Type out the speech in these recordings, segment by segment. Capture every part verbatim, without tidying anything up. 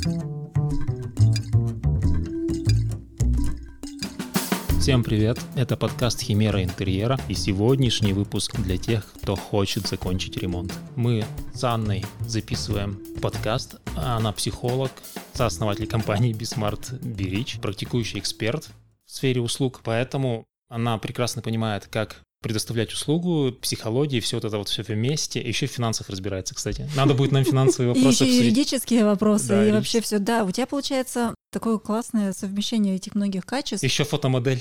Всем привет, это подкаст «Химера интерьера» и сегодняшний выпуск для тех, кто хочет закончить ремонт. Мы с Анной записываем подкаст, она психолог, сооснователь компании BeSmart BeRich, практикующий эксперт в сфере услуг, поэтому она прекрасно понимает, как предоставлять услугу, психологии, все вот это вот все вместе, еще в финансах разбирается, кстати. Надо будет нам финансовые вопросы обсудить. И еще обсудить. Юридические вопросы, да, и вообще все. Да, у тебя получается такое классное совмещение этих многих качеств. Еще фотомодель.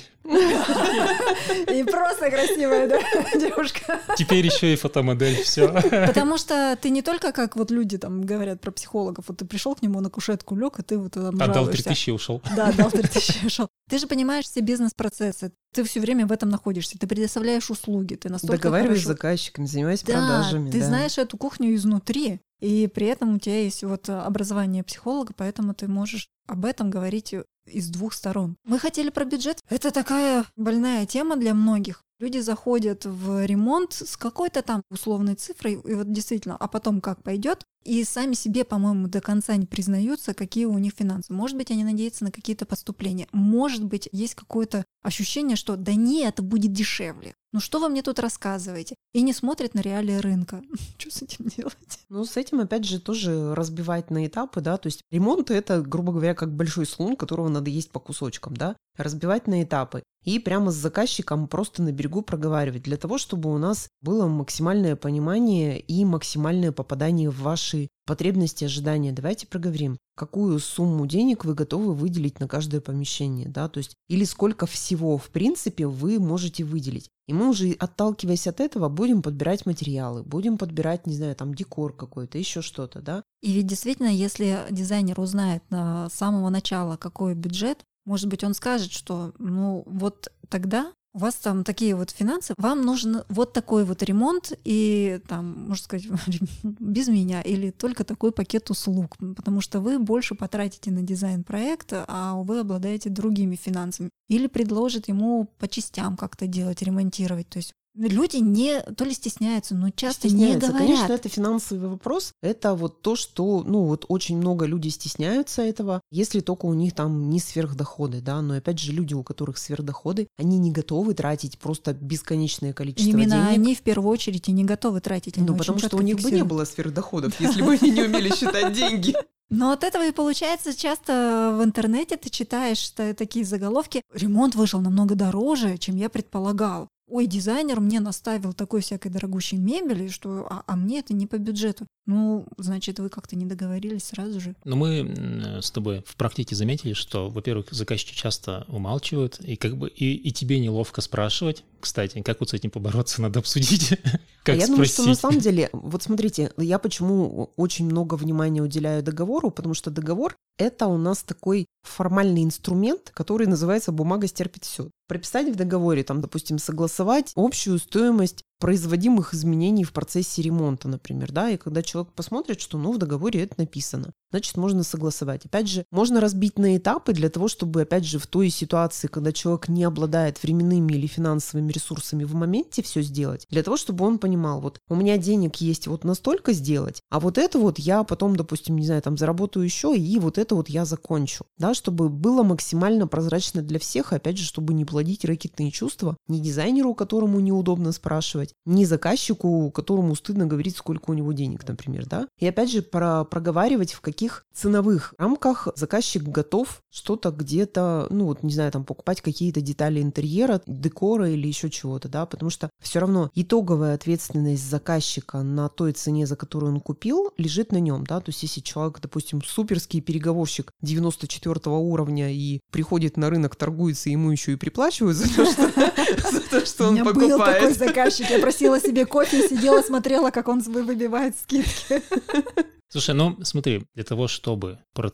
И просто красивая, да, девушка. Теперь еще и фотомодель, все. Потому что ты не только, как вот люди там говорят про психологов, вот ты пришел к нему на кушетку, лег, и ты вот там жалуешься. Отдал три тысячи и ушел. Да, отдал три тысячи и ушел. Ты же понимаешь все бизнес-процессы, ты все время в этом находишься, ты предоставляешь услуги, ты настолько договариваешься хорошо... с заказчиками, занимаешься да, продажами. ты да. знаешь эту кухню изнутри, и при этом у тебя есть вот образование психолога, поэтому ты можешь об этом говорить из двух сторон. Мы хотели про бюджет. Это такая больная тема для многих. Люди заходят в ремонт с какой-то там условной цифрой, и вот действительно, а потом как пойдет, и сами себе, по-моему, до конца не признаются, какие у них финансы. Может быть, они надеются на какие-то поступления. Может быть, есть какое-то ощущение, что да не, это будет дешевле. Ну что вы мне тут рассказываете? И не смотрят на реалии рынка. Что с этим делать? Ну, с этим, опять же, тоже разбивать на этапы, да, то есть ремонт — это, грубо говоря, как большой слон, которого надо есть по кусочкам, да, разбивать на этапы. И прямо с заказчиком просто на берегу проговаривать, для того, чтобы у нас было максимальное понимание и максимальное попадание в ваши потребности, ожидания. Давайте проговорим, какую сумму денег вы готовы выделить на каждое помещение, да, то есть или сколько всего, в принципе, вы можете выделить. И мы уже, отталкиваясь от этого, будем подбирать материалы, будем подбирать, не знаю, там декор какой-то, еще что-то, да. И ведь действительно, если дизайнер узнает с самого начала, какой бюджет, может быть, он скажет, что ну вот тогда у вас там такие вот финансы, вам нужен вот такой вот ремонт и там, можно сказать, без меня или только такой пакет услуг, потому что вы больше потратите на дизайн проекта, а вы обладаете другими финансами. Или предложит ему по частям как-то делать, ремонтировать. То есть люди не то ли стесняются, но часто стесняются. не говорят. Конечно, это финансовый вопрос. Это вот то, что, ну, вот очень много людей стесняются этого, если только у них там не сверхдоходы, да. Но опять же, люди, у которых сверхдоходы, они не готовы тратить просто бесконечное количество Именно денег. они в первую очередь и не готовы тратить. Они ну, потому что у них фиксируют. бы не было сверхдоходов, если бы они не умели считать деньги. Но от этого и получается, часто в интернете ты читаешь такие заголовки: ремонт вышел намного дороже, чем я предполагал. Ой, дизайнер мне наставил такой всякой дорогущей мебели, что а, а мне это не по бюджету. Ну, значит, вы как-то не договорились сразу же. Но мы с тобой в практике заметили, что, во-первых, заказчики часто умалчивают, и как бы и, и тебе неловко спрашивать. Кстати, как вот с этим побороться, надо обсудить. Как а я спросить? думаю, что на самом деле, вот смотрите, я почему очень много внимания уделяю договору, потому что договор — это у нас такой формальный инструмент, который называется «бумага стерпит все». Прописать в договоре, там, допустим, согласовать общую стоимость производимых изменений в процессе ремонта, например, да, и когда человек посмотрит, что, ну, в договоре это написано, значит, можно согласовать. Опять же, можно разбить на этапы для того, чтобы, опять же, в той ситуации, когда человек не обладает временными или финансовыми ресурсами в моменте все сделать, для того, чтобы он понимал, вот, у меня денег есть вот настолько сделать, а вот это вот я потом, допустим, не знаю, там, заработаю еще, и вот это вот я закончу, да, чтобы было максимально прозрачно для всех, опять же, чтобы не плодить рэкетные чувства ни дизайнеру, которому неудобно спрашивать, ни заказчику, которому стыдно говорить, сколько у него денег, например, да. И опять же, про проговаривать, в каких ценовых рамках заказчик готов что-то где-то, ну вот, не знаю, там, покупать какие-то детали интерьера, декора или еще чего-то, да, потому что все равно итоговая ответственность заказчика на той цене, за которую он купил, лежит на нем, да, то есть если человек, допустим, суперский переговорщик девяносто четвёртого уровня и приходит на рынок, торгуется, ему еще и приплачивают за то, что он покупает. У меня был такой заказчик, я просила себе кофе, сидела, смотрела, как он выбивает скидки. Слушай, ну смотри, для того, чтобы процесс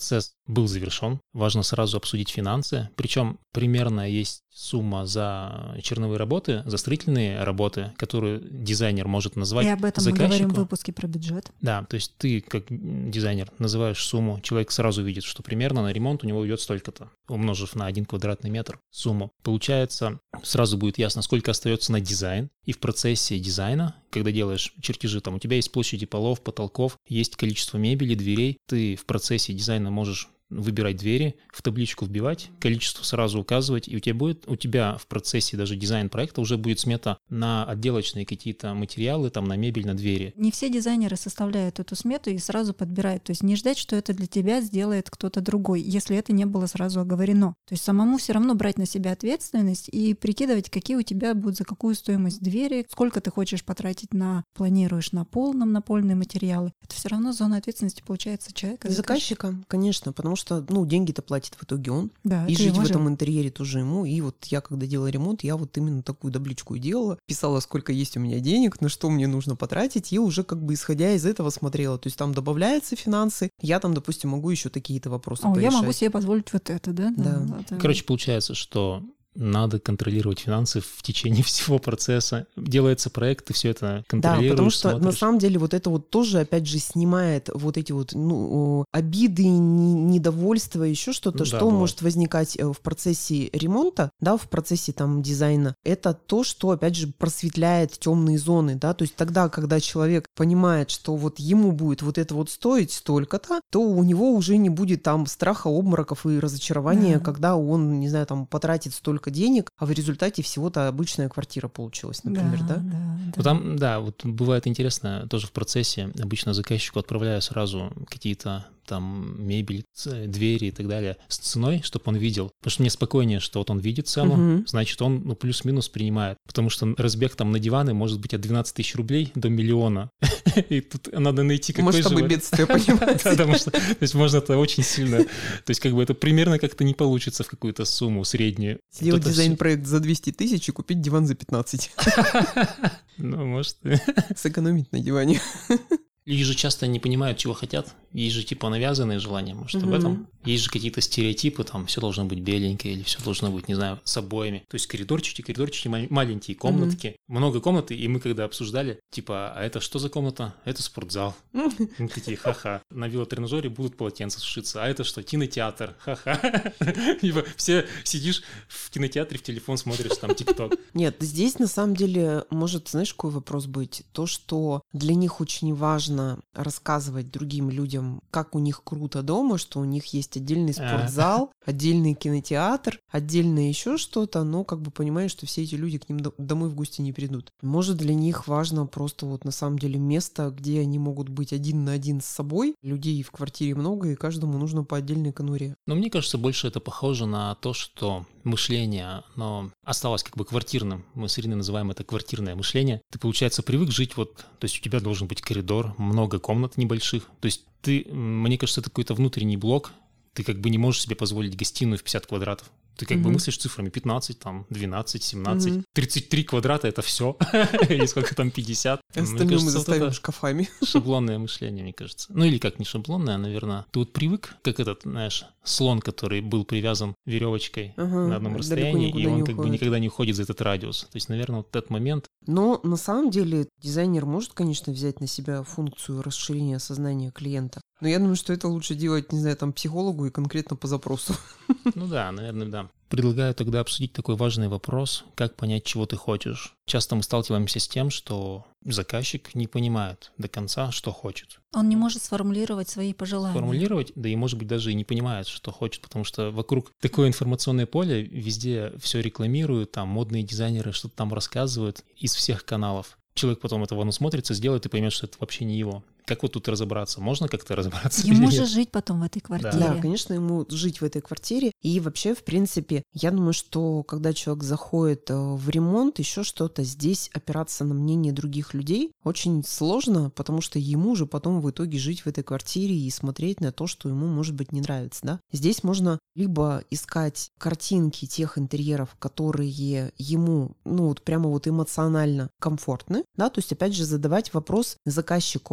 был завершен. Важно сразу обсудить финансы. Причем примерно есть сумма за черновые работы, за строительные работы, которые дизайнер может назвать заказчику. И об этом заказчику. мы говорим в выпуске про бюджет. Да, то есть ты как дизайнер называешь сумму, человек сразу видит, что примерно на ремонт у него уйдет столько-то, умножив на один квадратный метр сумму. Получается, сразу будет ясно, сколько остается на дизайн. И в процессе дизайна, когда делаешь чертежи, там у тебя есть площади полов, потолков, есть количество мебели, дверей, ты в процессе дизайна можешь выбирать двери, в табличку вбивать, количество сразу указывать, и у тебя будет, у тебя в процессе даже дизайн-проекта уже будет смета на отделочные какие-то материалы, там на мебель, на двери. Не все дизайнеры составляют эту смету и сразу подбирают. То есть не ждать, что это для тебя сделает кто-то другой, если это не было сразу оговорено. То есть самому все равно брать на себя ответственность и прикидывать, какие у тебя будут за какую стоимость двери, сколько ты хочешь потратить на, планируешь на пол, на напольные материалы. Это все равно зона ответственности получается человека. Заказчика, конечно, потому что что, ну, деньги-то платит в итоге он, да, и жить в же. этом интерьере тоже ему. И вот я, когда делала ремонт, я вот именно такую табличку и делала, писала, сколько есть у меня денег, на что мне нужно потратить, и уже как бы исходя из этого смотрела. То есть там добавляются финансы, я там, допустим, могу еще какие-то вопросы О, порешать. Я могу себе позволить вот это, да? Да. да. Короче, получается, что надо контролировать финансы в течение всего процесса. Делается проект, ты все это контролируешь, Да, потому что смотришь. на самом деле вот это вот тоже, опять же, снимает вот эти вот ну, обиды, недовольства, еще что-то, Ну, что да, может возникать в процессе ремонта, да, в процессе там дизайна. Это то, что, опять же, просветляет темные зоны, да, то есть тогда, когда человек понимает, что вот ему будет вот это вот стоить столько-то, то у него уже не будет там страха, обмороков и разочарования, да. когда он, не знаю, там потратит столько денег, а в результате всего-то обычная квартира получилась, например, да? Да, да, Ну, да. там, да, вот бывает интересно, тоже в процессе обычно заказчику отправляю сразу какие-то там мебель, двери и так далее с ценой, чтобы он видел. Потому что мне спокойнее, что вот он видит цену, Мгм. значит, он ну, плюс-минус принимает. Потому что разбег там на диваны может быть от двенадцати тысяч рублей до миллиона. И тут надо найти какой же... Масштабы вариант. бедствия, понимаете? Да, потому что, то есть можно это очень сильно, то есть как бы это примерно как-то не получится в какую-то сумму среднюю. Сделать Кто-то дизайн-проект за двести тысяч и купить диван за пятнадцать. всё- Ну, может. Сэкономить на диване. Люди же часто не понимают, чего хотят. Есть же типа навязанные желания, может, об Мгм. этом. Есть же какие-то стереотипы, там все должно быть беленькое или все должно быть, не знаю, с обоями. То есть коридорчики, коридорчики, ма- маленькие комнатки, много комнат, и мы когда обсуждали, типа, а это что за комната? Это спортзал. Мы такие, ха-ха. На велотренажере будут полотенца сушиться. А это что? Кинотеатр. Ха-ха. Типа все сидишь в кинотеатре, в телефон смотришь, там, ТикТок. Нет, здесь на самом деле может, знаешь, какой вопрос быть? То, что для них очень важно рассказывать другим людям, как у них круто дома, что у них есть отдельный А. спортзал, отдельный кинотеатр, отдельно еще что-то, но как бы понимаешь, что все эти люди к ним до- домой в гости не придут. Может, для них важно просто вот на самом деле место, где они могут быть один на один с собой. Людей в квартире много, и каждому нужно по отдельной конуре. Но мне кажется, больше это похоже на то, что мышление, оно осталось как бы квартирным. Мы с Ириной называем это квартирное мышление. Ты, получается, привык жить вот... То есть у тебя должен быть коридор, много комнат небольших. То есть ты, мне кажется, это какой-то внутренний блок. Ты как бы не можешь себе позволить гостиную в пятьдесят квадратов. Ты как бы Мгм. мыслишь цифрами пятнадцать, там, двенадцать, семнадцать, Мгм. тридцать три квадрата — это все. Или сколько там, пятьдесят. Мне Остальное мы кажется, вот заставим это шкафами. шаблонное мышление, мне кажется. Ну или как не шаблонное, а, наверное. Ты вот привык, как этот, знаешь, слон, который был привязан веревочкой Ага, на одном далеко расстоянии, и никуда он не как бы уходит. никогда не уходит за этот радиус. То есть, наверное, вот этот момент... Но на самом деле дизайнер может, конечно, взять на себя функцию расширения сознания клиента. Но я думаю, что это лучше делать, не знаю, там, психологу и конкретно по запросу. Ну да, наверное, да. Предлагаю тогда обсудить такой важный вопрос, как понять, чего ты хочешь. Часто мы сталкиваемся с тем, что заказчик не понимает до конца, что хочет. Он не может сформулировать свои пожелания. Формулировать, да и, может быть, даже и не понимает, что хочет, потому что вокруг такое информационное поле, везде все рекламируют, там модные дизайнеры что-то там рассказывают из всех каналов. Человек потом этого насмотрится, сделает и поймет, что это вообще не его. Как вот тут разобраться? Можно как-то разобраться? или Ему нет? же жить потом в этой квартире. Да, конечно, ему жить в этой квартире. И вообще, в принципе, я думаю, что когда человек заходит э, в ремонт, еще что-то, здесь опираться на мнение других людей очень сложно, потому что ему же потом в итоге жить в этой квартире и смотреть на то, что ему, может быть, не нравится. Да? Здесь можно либо искать картинки тех интерьеров, которые ему, ну, вот прямо вот эмоционально комфортны, да, то есть, опять же, задавать вопрос заказчику. Вам вот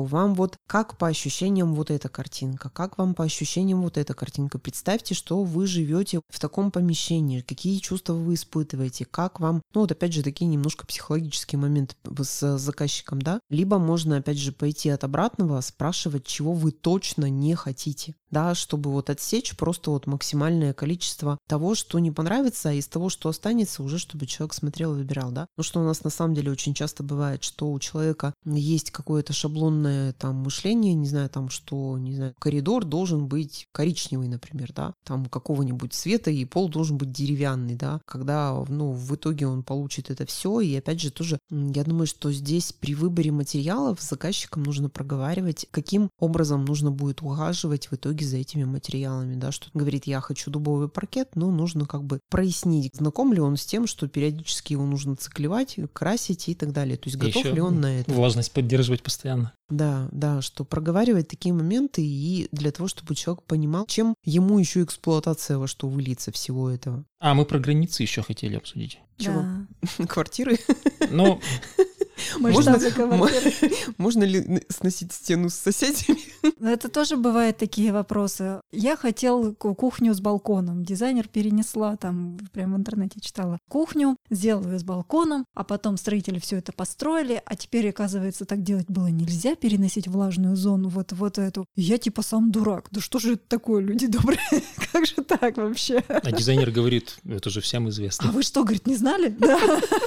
вот как по ощущениям вот эта картинка, как вам по ощущениям вот эта картинка. Представьте, что вы живете в таком помещении, какие чувства вы испытываете, как вам, ну вот опять же такие немножко психологические моменты с заказчиком, да. Либо можно опять же пойти от обратного, спрашивать, чего вы точно не хотите, да, чтобы вот отсечь просто вот максимальное количество того, что не понравится, а из того, что останется, уже чтобы человек смотрел и выбирал, да. Ну что у нас на самом деле очень часто бывает, что у человека есть какое-то шаблонное там мышление, не знаю, там, что, не знаю, коридор должен быть коричневый, например, да, там какого-нибудь цвета, и пол должен быть деревянный, да, когда, ну, в итоге он получит это все, и опять же тоже, я думаю, что здесь при выборе материалов с заказчиком нужно проговаривать, каким образом нужно будет ухаживать в итоге за этими материалами, да, что он говорит, я хочу дубовый паркет, но нужно как бы прояснить, знаком ли он с тем, что периодически его нужно циклевать, красить и так далее, то есть готов Еще ли он на это. Влажность поддерживать постоянно. Да, да, что проговаривать такие моменты и для того, чтобы человек понимал, чем ему еще эксплуатация во что выльется всего этого. А, мы про границы еще хотели обсудить. Чего? Да. Квартиры? Ну, Можно, можно ли сносить стену с соседями? Это тоже бывают такие вопросы. Я хотел кухню с балконом. Дизайнер перенесла, там прямо в интернете читала, кухню, сделала ее с балконом, а потом строители все это построили, а теперь, оказывается, так делать было нельзя, переносить влажную зону вот, вот эту. И я типа сам дурак. Да что же это такое, люди добрые? Как же так вообще? А дизайнер говорит, это же всем известно. А вы что, говорит, не знали? Да.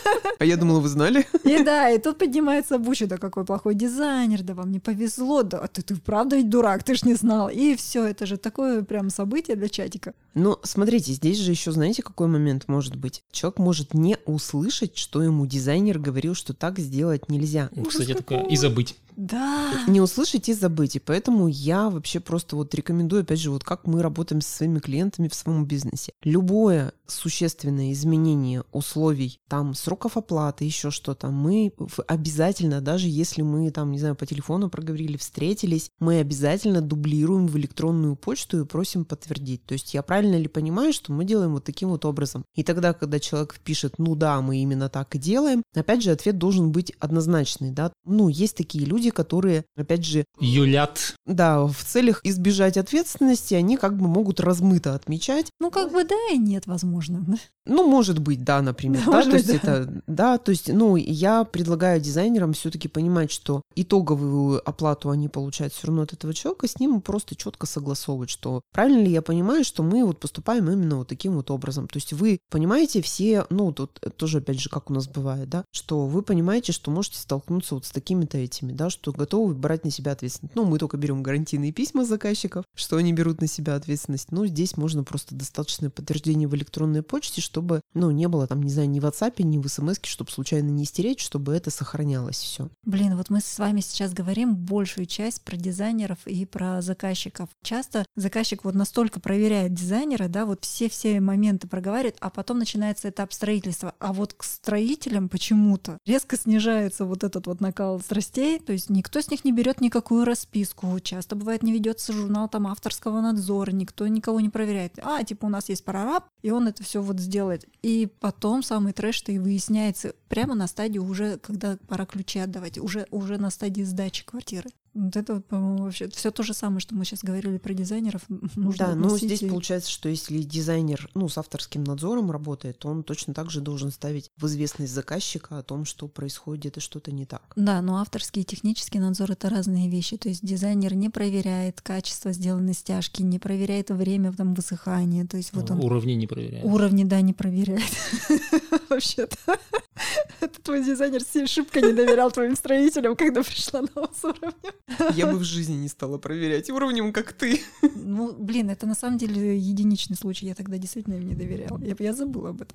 А я думала, вы знали? И да, и тут поднимается буча, да какой плохой дизайнер, да вам не повезло, да ты, ты правда ведь дурак, ты ж не знал. И все, это же такое прям событие для чатика. Ну, смотрите, здесь же еще, знаете, какой момент может быть? Человек может не услышать, что ему дизайнер говорил, что так сделать нельзя. Ну, кстати, такое и забыть. Да. Не услышать и забыть. И поэтому я вообще просто вот рекомендую, опять же, вот как мы работаем со своими клиентами в своем бизнесе. Любое существенное изменение условий, там, сроков оплаты, еще что-то, мы обязательно, даже если мы там, не знаю, по телефону проговорили, встретились, мы обязательно дублируем в электронную почту и просим подтвердить. То есть я правильно ли понимаю, что мы делаем вот таким вот образом? И тогда, когда человек пишет, ну да, мы именно так и делаем, опять же, ответ должен быть однозначный, да. Ну, есть такие люди, которые, опять же... Юлят. Да, в целях избежать ответственности они как бы могут размыто отмечать. Ну, как бы да и нет, возможно. Ну, может быть, да, например. Да, да, то быть, есть да. это, да, то есть, ну, я предлагаю дизайнерам все-таки понимать, что итоговую оплату они получают все равно от этого человека, с ним просто четко согласовывать, что правильно ли я понимаю, что мы вот поступаем именно вот таким вот образом. То есть вы понимаете все, ну, тут тоже, опять же, как у нас бывает, да, что вы понимаете, что можете столкнуться вот с такими-то этими, да, что готовы брать на себя ответственность. Ну, мы только берем гарантийные письма заказчиков, что они берут на себя ответственность. Ну, здесь можно просто достаточное подтверждение в электронной почте, чтобы, ну, не было там, не знаю, ни в WhatsApp, ни в смс, чтобы случайно не стереть, чтобы это сохранялось все. Блин, вот мы с вами сейчас говорим большую часть про дизайнеров и про заказчиков. Часто заказчик вот настолько проверяет дизайнера, да, вот все-все моменты проговаривает, а потом начинается этап строительства. А вот к строителям почему-то резко снижается вот этот вот накал страстей, то есть никто с них не берет никакую расписку. Часто бывает не ведется журнал там авторского надзора, никто никого не проверяет. А, типа у нас есть прораб, и он это все вот сделает. И потом самый трэш-то и выясняется прямо на стадии уже, когда пора ключи отдавать, уже, уже на стадии сдачи квартиры. Вот это, вот, по-моему, вообще все то же самое, что мы сейчас говорили про дизайнеров. Нужно да, но здесь и... получается, что если дизайнер, ну, с авторским надзором работает, то он точно так же должен ставить в известность заказчика о том, что происходит и что-то не так. Да, но авторский и технический надзор — это разные вещи. То есть дизайнер не проверяет качество сделанной стяжки, не проверяет время там высыхания. То есть вот он... Уровни не проверяет. Уровни, да, не проверяет. Вообще-то. Это твой дизайнер шибко не доверял твоим строителям, когда пришла на вас уровнем. Я бы в жизни не стала проверять уровнем, как ты. Ну, блин, это на самом деле единичный случай. Я тогда действительно им не доверяла. Я, я забыла об этом.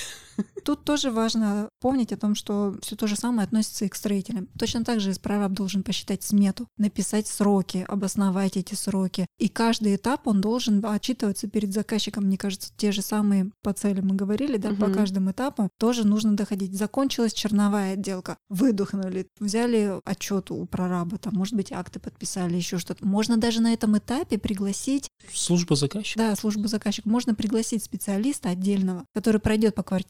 Тут тоже важно помнить о том, что все то же самое относится и к строителям. Точно так же прораб должен посчитать смету, написать сроки, обосновать эти сроки. И каждый этап он должен отчитываться перед заказчиком. Мне кажется, те же самые по целям мы говорили, да, угу. По каждому этапу тоже нужно доходить. Закончилась черновая отделка, выдохнули, взяли отчет у прораба, там, может быть, акты подписали, еще что-то. Можно даже на этом этапе пригласить... Служба заказчика? Да, служба заказчика. Можно пригласить специалиста отдельного, который пройдет по квартире,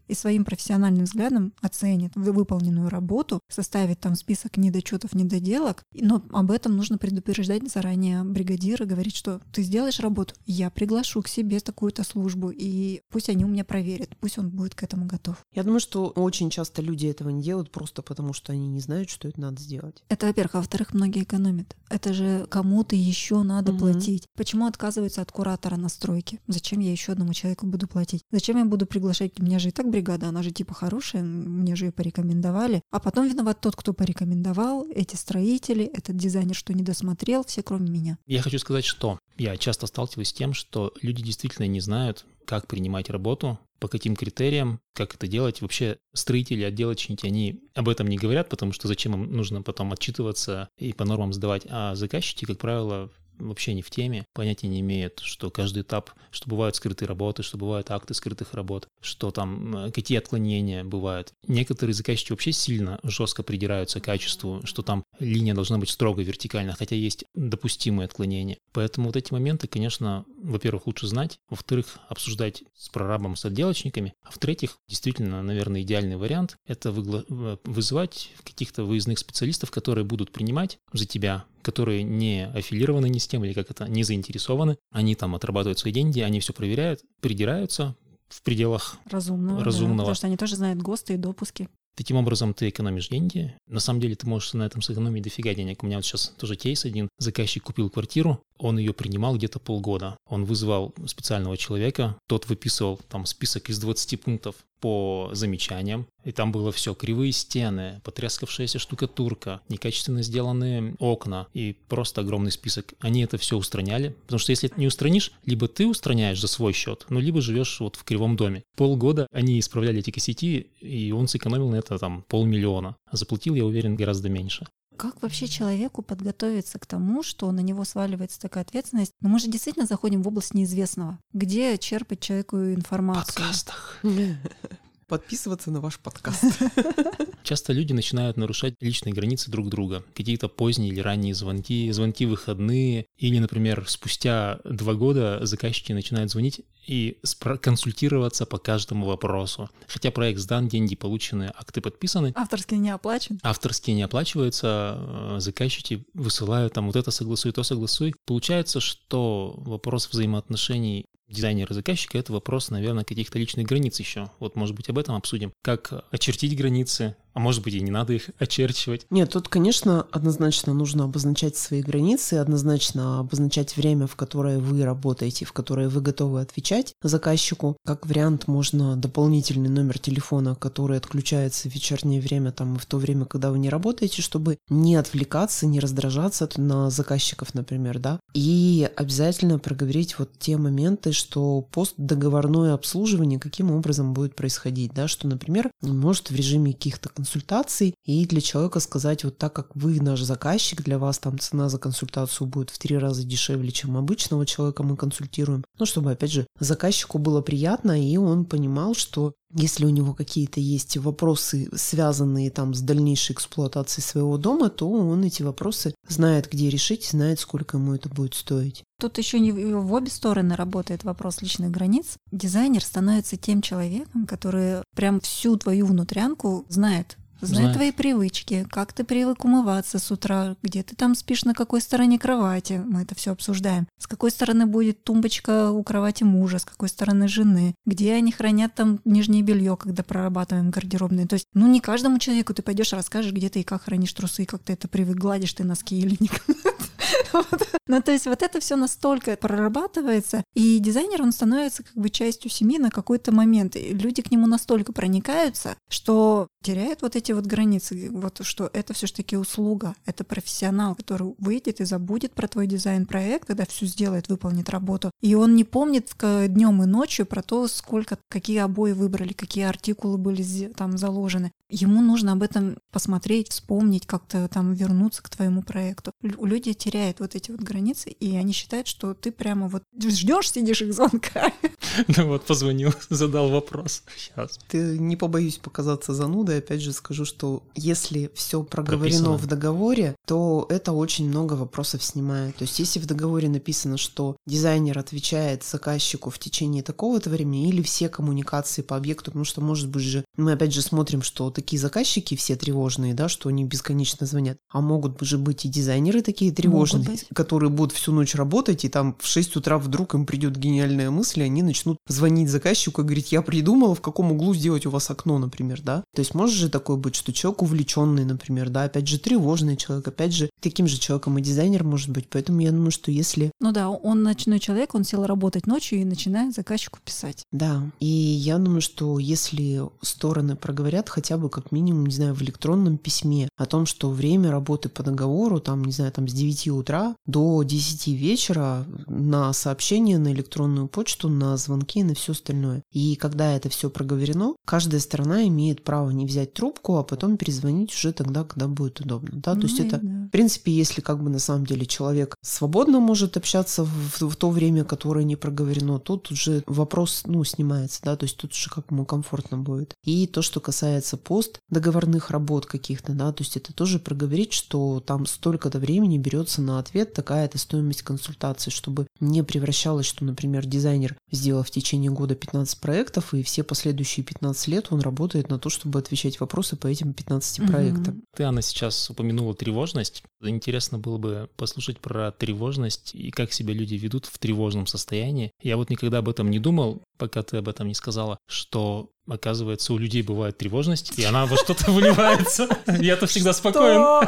и своим профессиональным взглядом оценит выполненную работу, составит там список недочетов, недоделок, но об этом нужно предупреждать заранее бригадира, говорить, что ты сделаешь работу, я приглашу к себе такую-то службу, и пусть они у меня проверят, пусть он будет к этому готов. Я думаю, что очень часто люди этого не делают просто потому, что они не знают, что это надо сделать. Это, во-первых. А во-вторых, многие экономят. Это же кому-то еще надо угу. платить. Почему отказываются от куратора на стройке? Зачем я еще одному человеку буду платить? Зачем я буду приглашать? У меня же и так бригада, она же типа хорошая, мне же ее порекомендовали. А потом виноват тот, кто порекомендовал, эти строители, этот дизайнер, что не досмотрел, все кроме меня. Я хочу сказать, что я часто сталкиваюсь с тем, что люди действительно не знают, как принимать работу, по каким критериям, как это делать. Вообще строители, отделочники, они об этом не говорят, потому что зачем им нужно потом отчитываться и по нормам сдавать. А заказчики, как правило, вообще не в теме, понятия не имеют, что каждый этап, что бывают скрытые работы, что бывают акты скрытых работ, что там, какие отклонения бывают. Некоторые заказчики вообще сильно жестко придираются к качеству, что там линия должна быть строго вертикальна, хотя есть допустимые отклонения. Поэтому вот эти моменты, конечно, во-первых, лучше знать, во-вторых, обсуждать с прорабом, с отделочниками, а в-третьих, действительно, наверное, идеальный вариант — это вызывать каких-то выездных специалистов, которые будут принимать за тебя, которые не аффилированы ни с тем, или как это, не заинтересованы. Они там отрабатывают свои деньги, они все проверяют, придираются в пределах разумного. разумного. Да, потому что они тоже знают ГОСТы и допуски. Таким образом, ты экономишь деньги. На самом деле, ты можешь на этом сэкономить дофига денег. У меня вот сейчас тоже кейс один. Заказчик купил квартиру, он ее принимал где-то полгода. Он вызвал специального человека, тот выписывал там список из двадцати пунктов по замечаниям, и там было все: кривые стены, потрескавшаяся штукатурка, некачественно сделанные окна и просто огромный список. Они это все устраняли, потому что если это не устранишь, либо ты устраняешь за свой счет, ну либо живешь вот в кривом доме. Полгода они исправляли эти косяки, и он сэкономил на это там полмиллиона, а заплатил, я уверен, гораздо меньше. Как вообще человеку подготовиться к тому, что на него сваливается такая ответственность? Но мы же действительно заходим в область неизвестного. Где черпать человеку информацию? В подкастах. Подписываться на ваш подкаст. Часто люди начинают нарушать личные границы друг друга. Какие-то поздние или ранние звонки, звонки в выходные. Или, например, спустя два года заказчики начинают звонить и консультироваться по каждому вопросу. Хотя проект сдан, деньги получены, акты подписаны. Авторские не оплачены. Авторские не оплачиваются, заказчики высылают там вот это согласуй, то согласуй. Получается, что вопрос взаимоотношений дизайнера и заказчика — это вопрос, наверное, каких-то личных границ еще. Вот, может быть, об этом обсудим. Как очертить границы, а может быть, и не надо их очерчивать. Нет, тут, конечно, однозначно нужно обозначать свои границы, однозначно обозначать время, в которое вы работаете, в которое вы готовы отвечать заказчику. Как вариант, можно дополнительный номер телефона, который отключается в вечернее время, там, и в то время, когда вы не работаете, чтобы не отвлекаться, не раздражаться на заказчиков, например, да. И обязательно проговорить вот те моменты, что постдоговорное обслуживание каким образом будет происходить, да, что, например, может в режиме каких-то консультаций и для человека сказать, вот так как вы наш заказчик, для вас там цена за консультацию будет в три раза дешевле, чем обычного человека мы консультируем, ну, чтобы, опять же, заказчику было приятно, и он понимал, что если у него какие-то есть вопросы, связанные там с дальнейшей эксплуатацией своего дома, то он эти вопросы знает, где решить, знает, сколько ему это будет стоить. Тут еще не в обе стороны работает вопрос личных границ. Дизайнер становится тем человеком, который прям всю твою внутрянку знает. Знает Знаю. твои привычки, как ты привык умываться с утра, где ты там спишь, на какой стороне кровати, мы это все обсуждаем. С какой стороны будет тумбочка у кровати мужа, с какой стороны жены, где они хранят там нижнее белье, когда прорабатываем гардеробные. То есть, ну не каждому человеку ты пойдешь расскажешь, где ты и как хранишь трусы, как ты это привык, гладишь ты носки или нет. Ну, то есть вот это все настолько прорабатывается, и дизайнер, он становится как бы частью семьи на какой-то момент. И люди к нему настолько проникаются, что теряют вот эти вот границы, вот что это все-таки услуга, это профессионал, который выйдет и забудет про твой дизайн-проект, когда все сделает, выполнит работу. И он не помнит днем и ночью про то, сколько, какие обои выбрали, какие артикулы были там заложены. Ему нужно об этом посмотреть, вспомнить, как-то там вернуться к твоему проекту. Люди теряют вот эти вот границы. страницы, и они считают, что ты прямо вот ждешь, сидишь их звонка. Ну вот, позвонил, задал вопрос. Сейчас. Ты не побоюсь показаться занудой, опять же скажу, что если все проговорено Прописано. в договоре, то это очень много вопросов снимает. То есть если в договоре написано, что дизайнер отвечает заказчику в течение такого-то времени, или все коммуникации по объекту, потому что, может быть же, мы опять же смотрим, что такие заказчики все тревожные, да, что они бесконечно звонят, а могут же быть и дизайнеры такие тревожные, которые будут всю ночь работать, и там в шесть утра вдруг им придет гениальная мысль, и они начнут звонить заказчику и говорить: я придумала, в каком углу сделать у вас окно, например, да. То есть может же такое быть, что человек увлеченный, например, да, опять же тревожный человек, опять же таким же человеком и дизайнер может быть. Поэтому я думаю, что если... Ну да, он ночной человек, он сел работать ночью и начинает заказчику писать. Да, и я думаю, что если стороны проговорят хотя бы как минимум, не знаю, в электронном письме о том, что время работы по договору, там, не знаю, там с девяти утра до десяти вечера на сообщения, на электронную почту, на звонки и на все остальное. И когда это все проговорено, каждая сторона имеет право не взять трубку, а потом перезвонить уже тогда, когда будет удобно. Да? Ну, То есть это, да. в принципе, если как бы на самом деле человек свободно может общаться в, в то время, которое не проговорено, то тут же вопрос, ну, снимается, да, то есть тут уже как ему комфортно будет. И то, что касается постдоговорных работ каких-то, да, то есть это тоже проговорить, что там столько-то времени берется на ответ, такая-то стоимость консультации, чтобы не превращалось, что, например, дизайнер сделал в течение года пятнадцать проектов, и все последующие пятнадцать лет он работает на то, чтобы отвечать вопросы по этим пятнадцати Мгм. проектам. Ты, Анна, сейчас упомянула тревожность. Интересно было бы послушать про тревожность и как себя люди ведут в тревожном состоянии. Я вот никогда об этом не думал, пока ты об этом не сказала, что, оказывается, у людей бывает тревожность, и она во что-то выливается. Я-то всегда спокоен.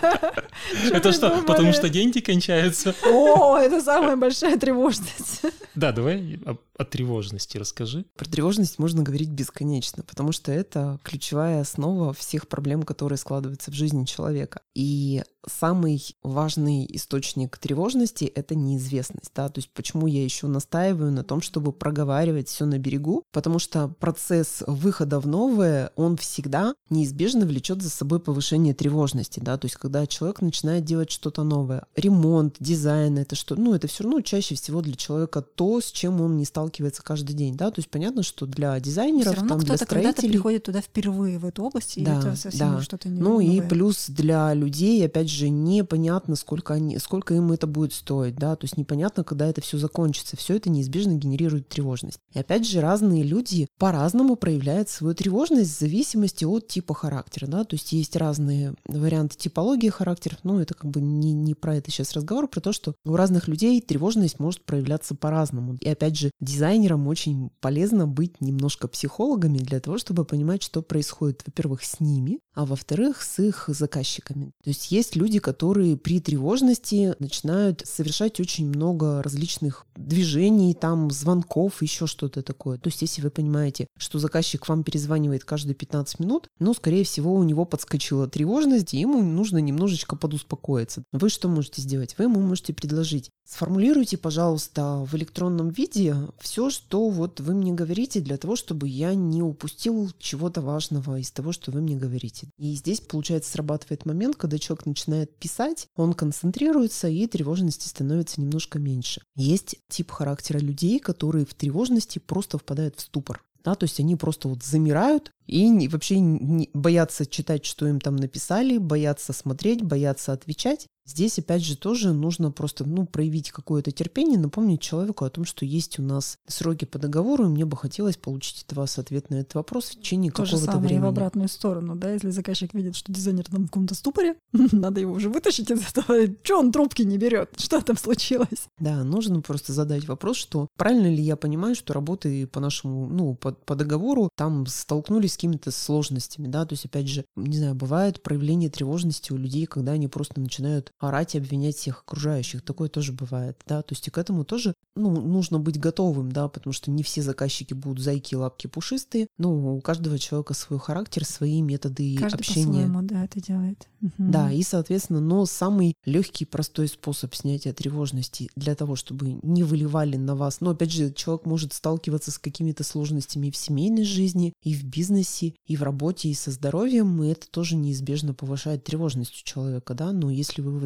Это что, потому что деньги кончаются? О, это самая большая тревожность. Да, давай о, о тревожности расскажи. Про тревожность можно говорить бесконечно, потому что это ключевая основа всех проблем, которые складываются в жизни человека. И самый важный источник тревожности — это неизвестность. Да? То есть почему я еще настаиваю на том, чтобы проговаривать все на берегу? Потому что процесс выхода в новое, он всегда неизбежно влечет за собой повышение тревожности. Да? То есть когда человек начинает делать что-то новое, ремонт, дизайн, это что? Ну, это все равно чаще всего для человека то, с чем он не сталкивается каждый день. Да? То есть понятно, что для дизайнеров, Все равно там, для кто-то когда-то строителей... приходит туда впервые, в эту область, и Да, это совсем да. что-то не Ну новое. и плюс для людей, опять же, непонятно, сколько, они, сколько им это будет стоить, да, то есть непонятно, когда это все закончится. Все это неизбежно генерирует тревожность. И опять же, разные люди по-разному проявляют свою тревожность в зависимости от типа характера, да, то есть есть разные варианты типологии характеров, но это как бы не, не про это сейчас разговор, про то, что у разных людей тревожность может проявляться по-разному. И опять же, дизайнерам очень полезно быть немножко психологами для того, чтобы понимать, что происходит, во-первых, с ними, а во-вторых, с их заказчиками. То есть есть люди, которые при тревожности начинают совершать очень много различных движений, там, звонков, еще что-то такое. То есть если вы понимаете, что заказчик вам перезванивает каждые пятнадцать минут, ну, скорее всего, у него подскочила тревожность, и ему нужно немножечко подуспокоиться. Вы что можете сделать? Вы ему можете предложить: сформулируйте, пожалуйста, в электронном виде все, что вот вы мне говорите, для того, чтобы я не упустил чего-то важного из того, что вы мне говорите. И здесь, получается, срабатывает момент, когда человек начинает писать, он концентрируется, и тревожности становится немножко меньше. Есть тип характера людей, которые в тревожности просто впадают в ступор. Да, то есть они просто вот замирают и не, вообще не, боятся читать, что им там написали, боятся смотреть, боятся отвечать. Здесь, опять же, тоже нужно просто, ну, проявить какое-то терпение, напомнить человеку о том, что есть у нас сроки по договору, и мне бы хотелось получить от вас ответ на этот вопрос в течение То же какого-то самое времени. и в обратную сторону, да, если заказчик видит, что дизайнер там в каком-то ступоре, надо его уже вытащить из этого. Че он трубки не берет? Что там случилось? Да, нужно просто задать вопрос, что правильно ли я понимаю, что работы по нашему, ну, по, по договору там столкнулись с какими-то сложностями, да, то есть, опять же, не знаю, бывает проявление тревожности у людей, когда они просто начинают орать и обвинять всех окружающих, такое тоже бывает, да, то есть и к этому тоже, ну, нужно быть готовым, да, потому что не все заказчики будут зайки, лапки пушистые, но у каждого человека свой характер, свои методы Каждый общения. по-своему, да, это делает. Угу. Да, и, соответственно, но самый легкий, простой способ снятия тревожности для того, чтобы не выливали на вас, но, опять же, человек может сталкиваться с какими-то сложностями и в семейной жизни, и в бизнесе, и в работе, и со здоровьем, и это тоже неизбежно повышает тревожность у человека, да, но если вы в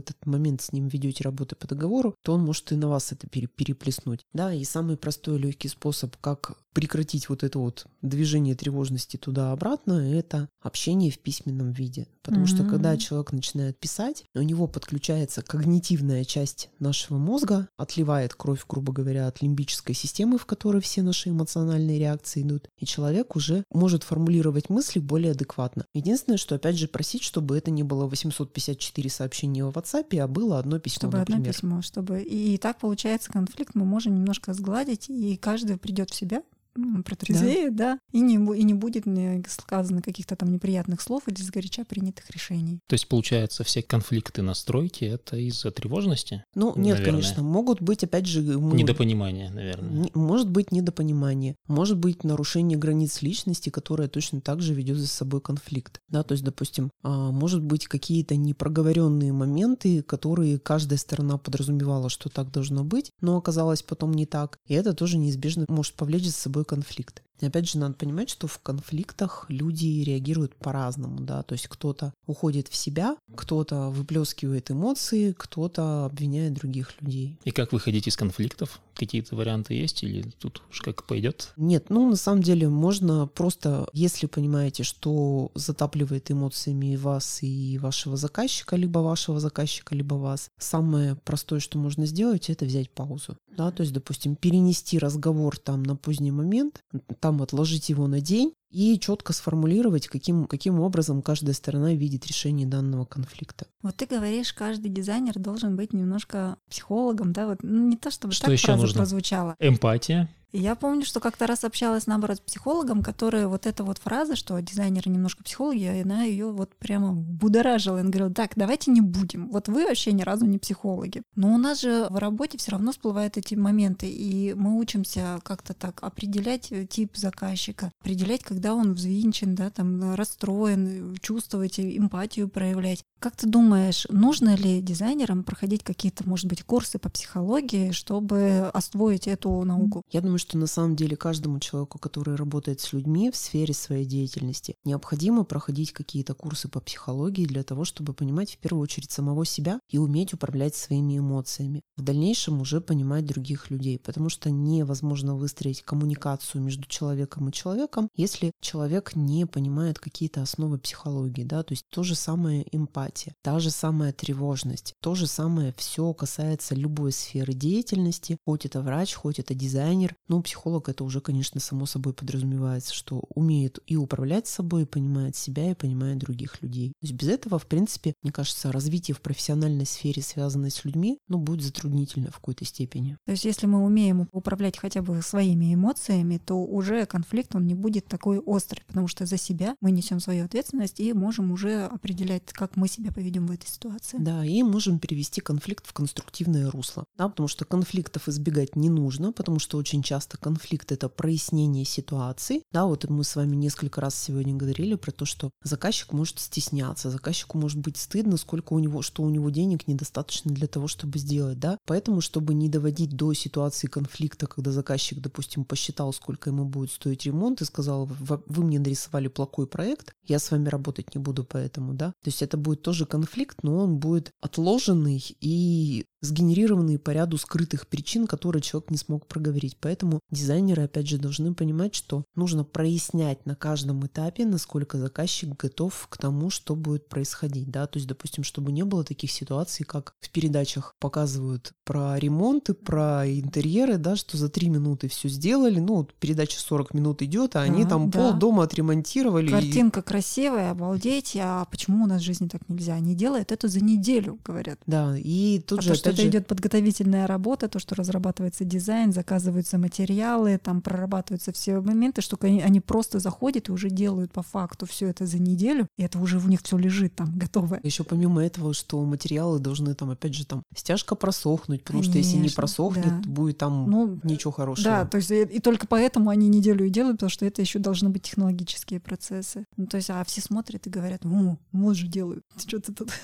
этот момент с ним ведете работу по договору, то он может и на вас это пере- переплеснуть. Да, и самый простой легкий способ, как прекратить вот это вот движение тревожности туда-обратно, это общение в письменном виде. Потому mm-hmm. что когда человек начинает писать, у него подключается когнитивная часть нашего мозга, отливает кровь, грубо говоря, от лимбической системы, в которой все наши эмоциональные реакции идут, и человек уже может формулировать мысли более адекватно. Единственное, что опять же просить, чтобы это не было восемьсот пятьдесят четыре сообщения в WhatsApp, а было одно письмо, чтобы например. Одно письмо, чтобы... И так получается конфликт мы можем немножко сгладить, и каждый придет в себя, протрезвеет, да, да и, не, и не будет сказано каких-то там неприятных слов или сгоряча принятых решений. То есть, получается, все конфликты на стройке — это из-за тревожности? Ну, нет, наверное. Конечно. Могут быть, опять же... Недопонимание, наверное. Может быть недопонимание. Может быть нарушение границ личности, которое точно так же ведет за собой конфликт. Да, то есть, допустим, может быть какие-то непроговоренные моменты, которые каждая сторона подразумевала, что так должно быть, но оказалось потом не так. И это тоже неизбежно может повлечь за собой конфликт. И опять же, надо понимать, что в конфликтах люди реагируют по-разному, да, то есть кто-то уходит в себя, кто-то выплескивает эмоции, кто-то обвиняет других людей. И как выходить из конфликтов? Какие-то варианты есть или тут уж как пойдет? Нет, ну на самом деле можно просто, если понимаете, что затапливает эмоциями вас и вашего заказчика, либо вашего заказчика, либо вас, самое простое, что можно сделать, это взять паузу, да, то есть, допустим, перенести разговор там на поздний момент, там отложить его на день и четко сформулировать, каким, каким образом каждая сторона видит решение данного конфликта. Вот ты говоришь, каждый дизайнер должен быть немножко психологом, да, вот, ну, не то чтобы что так еще фраза нужно? прозвучала. Эмпатия. И я помню, что как-то раз общалась, наоборот, с психологом, которая вот эта вот фраза, что дизайнеры немножко психологи, она ее вот прямо будоражила. И он говорил, так, давайте не будем. Вот вы вообще ни разу не психологи. Но у нас же в работе все равно всплывают эти моменты, и мы учимся как-то так определять тип заказчика, определять, когда он взвинчен, да, там, расстроен, чувствовать, эмпатию проявлять. Как ты думаешь, нужно ли дизайнерам проходить какие-то, может быть, курсы по психологии, чтобы освоить эту науку? Я думаю, что на самом деле каждому человеку, который работает с людьми в сфере своей деятельности, необходимо проходить какие-то курсы по психологии для того, чтобы понимать в первую очередь самого себя и уметь управлять своими эмоциями. В дальнейшем уже понимать других людей, потому что невозможно выстроить коммуникацию между человеком и человеком, если человек не понимает какие-то основы психологии, да, то есть то же самое эмпатия. Та же самая тревожность, то же самое все касается любой сферы деятельности, хоть это врач, хоть это дизайнер. Ну, психолог это уже, конечно, само собой подразумевается, что умеет и управлять собой, и понимает себя, и понимает других людей. То есть без этого, в принципе, мне кажется, развитие в профессиональной сфере, связанной с людьми, ну, будет затруднительно в какой-то степени. То есть если мы умеем управлять хотя бы своими эмоциями, то уже конфликт, он не будет такой острый, потому что за себя мы несем свою ответственность и можем уже определять, как мы себя поведем в этой ситуации. Да, и можем перевести конфликт в конструктивное русло, да, потому что конфликтов избегать не нужно, потому что очень часто конфликт — это прояснение ситуации. Да, вот мы с вами несколько раз сегодня говорили про то, что заказчик может стесняться, заказчику может быть стыдно, сколько у него, что у него денег недостаточно для того, чтобы сделать, да. Поэтому, чтобы не доводить до ситуации конфликта, когда заказчик, допустим, посчитал, сколько ему будет стоить ремонт и сказал, вы мне нарисовали плохой проект, я с вами работать не буду поэтому, да. То есть это будет тоже конфликт, но он будет отложенный и сгенерированный по ряду скрытых причин, которые человек не смог проговорить. Поэтому дизайнеры, опять же, должны понимать, что нужно прояснять на каждом этапе, насколько заказчик готов к тому, что будет происходить. Да? То есть, допустим, чтобы не было таких ситуаций, как в передачах показывают про ремонты, про интерьеры, да, что за три минуты все сделали. Ну, вот передача сорок минут идет, а да, они там да. полдома отремонтировали. Картинка и... красивая, обалдеть, а почему у нас в жизни так нельзя? Они делают это за неделю, говорят. Да, и тут а же, то, что это же... идет подготовительная работа, то, что разрабатывается дизайн, заказываются материалы, там прорабатываются все моменты, что они, они просто заходят и уже делают по факту все это за неделю, и это уже у них все лежит там готовое. Еще помимо этого, что материалы должны там, опять же, там стяжка просохнуть, потому Конечно, что если не просохнет, да. будет там ну, ничего хорошего. Да, то есть и, и только поэтому они неделю и делают, потому что это еще должны быть технологические процессы. Ну, то есть, а все смотрят и говорят, о, вот же делают, что ты тут...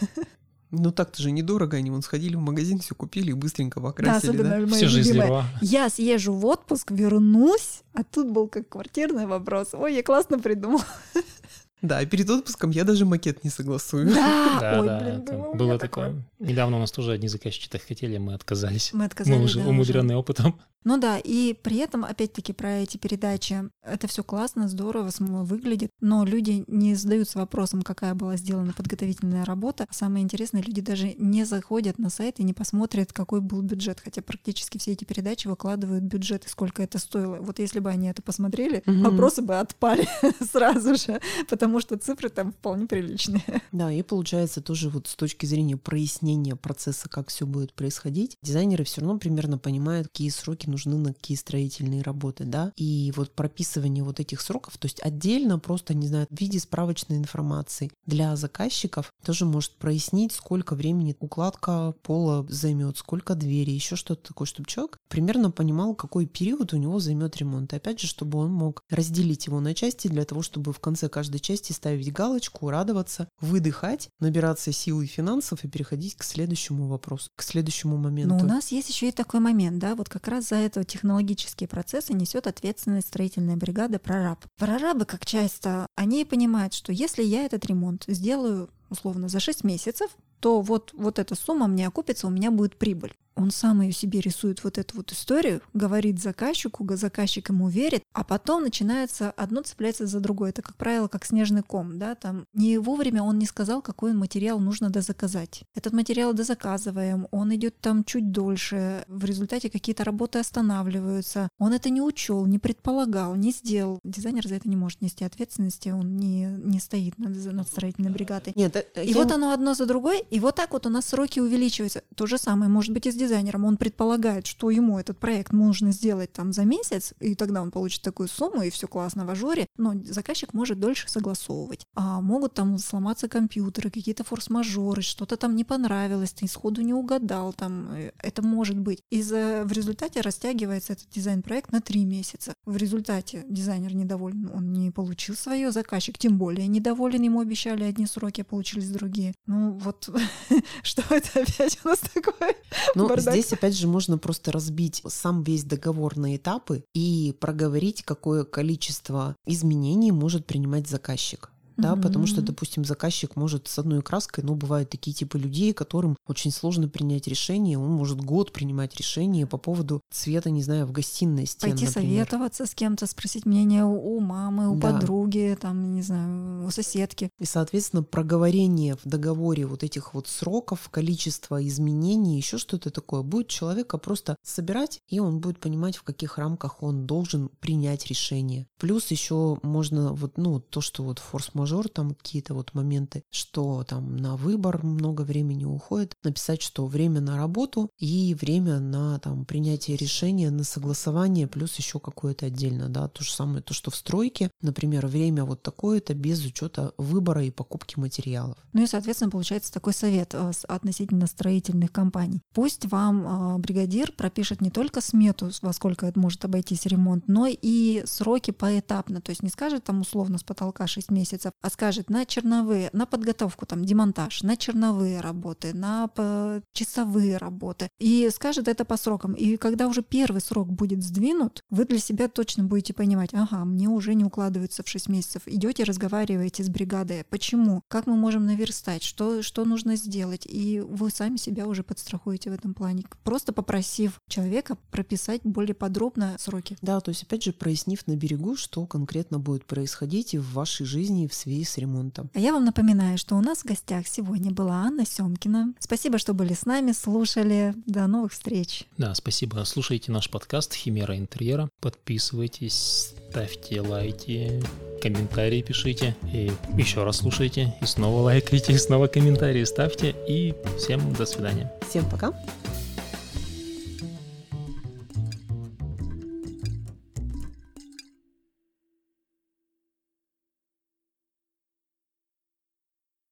Ну так-то же недорого, они вон сходили в магазин, все купили и быстренько покрасили, да? да? Все же из дерева. Я съезжу в отпуск, вернусь, а тут был как квартирный вопрос. Ой, я классно придумала. Да, и перед отпуском я даже макет не согласую. Да, Да, ой, да, блин, это было у было меня такое. Недавно у нас тоже одни заказчики так хотели, мы отказались. Мы отказались, Мы уже да, умудренные опытом. Ну да, и при этом, опять-таки, про эти передачи, это все классно, здорово, см- выглядит, но люди не задаются вопросом, какая была сделана подготовительная работа. Самое интересное, люди даже не заходят на сайт и не посмотрят, какой был бюджет, хотя практически все эти передачи выкладывают бюджет и сколько это стоило. Вот если бы они это посмотрели, Мгм. вопросы бы отпали сразу же, потому что цифры там вполне приличные. Да, и получается тоже вот с точки зрения прояснения процесса, как все будет происходить, дизайнеры все равно примерно понимают, какие сроки нужны на какие строительные работы, да, и вот прописывание вот этих сроков, то есть отдельно просто, не знаю, в виде справочной информации для заказчиков тоже может прояснить, сколько времени укладка пола займет, сколько двери, еще что-то такое, чтобы человек примерно понимал, какой период у него займет ремонт. И опять же, чтобы он мог разделить его на части для того, чтобы в конце каждой части ставить галочку, радоваться, выдыхать, набираться сил и финансов и переходить к следующему вопросу, к следующему моменту. Но у нас есть еще и такой момент, да, вот как раз за это технологические процессы несет ответственность строительная бригада прораб. Прорабы, как часто, они понимают, что если я этот ремонт сделаю условно за шесть месяцев, то вот, вот эта сумма мне окупится, у меня будет прибыль. Он сам ее себе рисует вот эту вот историю, говорит заказчику, заказчик ему верит, а потом начинается одно цепляется за другое. Это, как правило, как снежный ком, да, там не вовремя он не сказал, какой материал нужно дозаказать. Этот материал дозаказываем, он идет там чуть дольше, в результате какие-то работы останавливаются. Он это не учел, не предполагал, не сделал. Дизайнер за это не может нести ответственности, он не, не стоит над, над строительной бригадой. Нет, И я... вот оно одно за другой, и вот так вот у нас сроки увеличиваются. То же самое может быть и с дизайнером. Он предполагает, что ему этот проект нужно сделать там за месяц, и тогда он получит такую сумму, и все классно в ажуре, но заказчик может дольше согласовывать. А могут там сломаться компьютеры, какие-то форс-мажоры, что-то там не понравилось, ты сходу не угадал, там это может быть. И за, в результате растягивается этот дизайн-проект на три месяца. В результате дизайнер недоволен, он не получил свое, заказчик тем более недоволен, ему обещали одни сроки, а получились другие. Ну вот, что это опять у нас такое? Ну, Бардак. здесь, опять же, можно просто разбить сам весь договор на этапы и проговорить, какое количество изменений может принимать заказчик. Да, Мгм. потому что, допустим, заказчик может с одной краской, но бывают такие типы людей, которым очень сложно принять решение, он может год принимать решение по поводу цвета, не знаю, в гостиной стен, Пойти например. советоваться с кем-то, спросить мнение у, у мамы, у Да. подруги, там, не знаю, у соседки. И, соответственно, проговорение в договоре вот этих вот сроков, количество изменений, еще что-то такое, будет человека просто собирать, и он будет понимать, в каких рамках он должен принять решение. Плюс еще можно вот, ну, то, что вот форс-мажор, там какие-то вот моменты, что там на выбор много времени уходит, написать, что время на работу и время на там принятие решения, на согласование, плюс еще какое-то отдельно, да, то же самое, то, что в стройке, например, время вот такое-то без учета выбора и покупки материалов. Ну и, соответственно, получается такой совет э, с- относительно строительных компаний. Пусть вам э, бригадир пропишет не только смету, во сколько это может обойтись ремонт, но и сроки поэтапно. То есть не скажет там условно с потолка шесть месяцев, а скажет на черновые, на подготовку, там, демонтаж, на черновые работы, на по- часовые работы. И скажет это по срокам. И когда уже первый срок будет сдвинут, вы для себя точно будете понимать, ага, мне уже не укладывается в шесть месяцев. Идете, разговариваете с бригадой. Почему? Как мы можем наверстать? Что, что нужно сделать? И вы сами себя уже подстрахуете в этом плане. Просто попросив человека прописать более подробно сроки. Да, то есть, опять же, прояснив на берегу, что конкретно будет происходить и в вашей жизни, и в связи с ремонтом. А я вам напоминаю, что у нас в гостях сегодня была Анна Семкина. Спасибо, что были с нами, слушали. До новых встреч. Да, спасибо. Слушайте наш подкаст «Химера интерьера». Подписывайтесь, ставьте лайки, комментарии пишите. И еще раз слушайте, и снова лайкайте, и снова комментарии ставьте. И всем до свидания. Всем пока!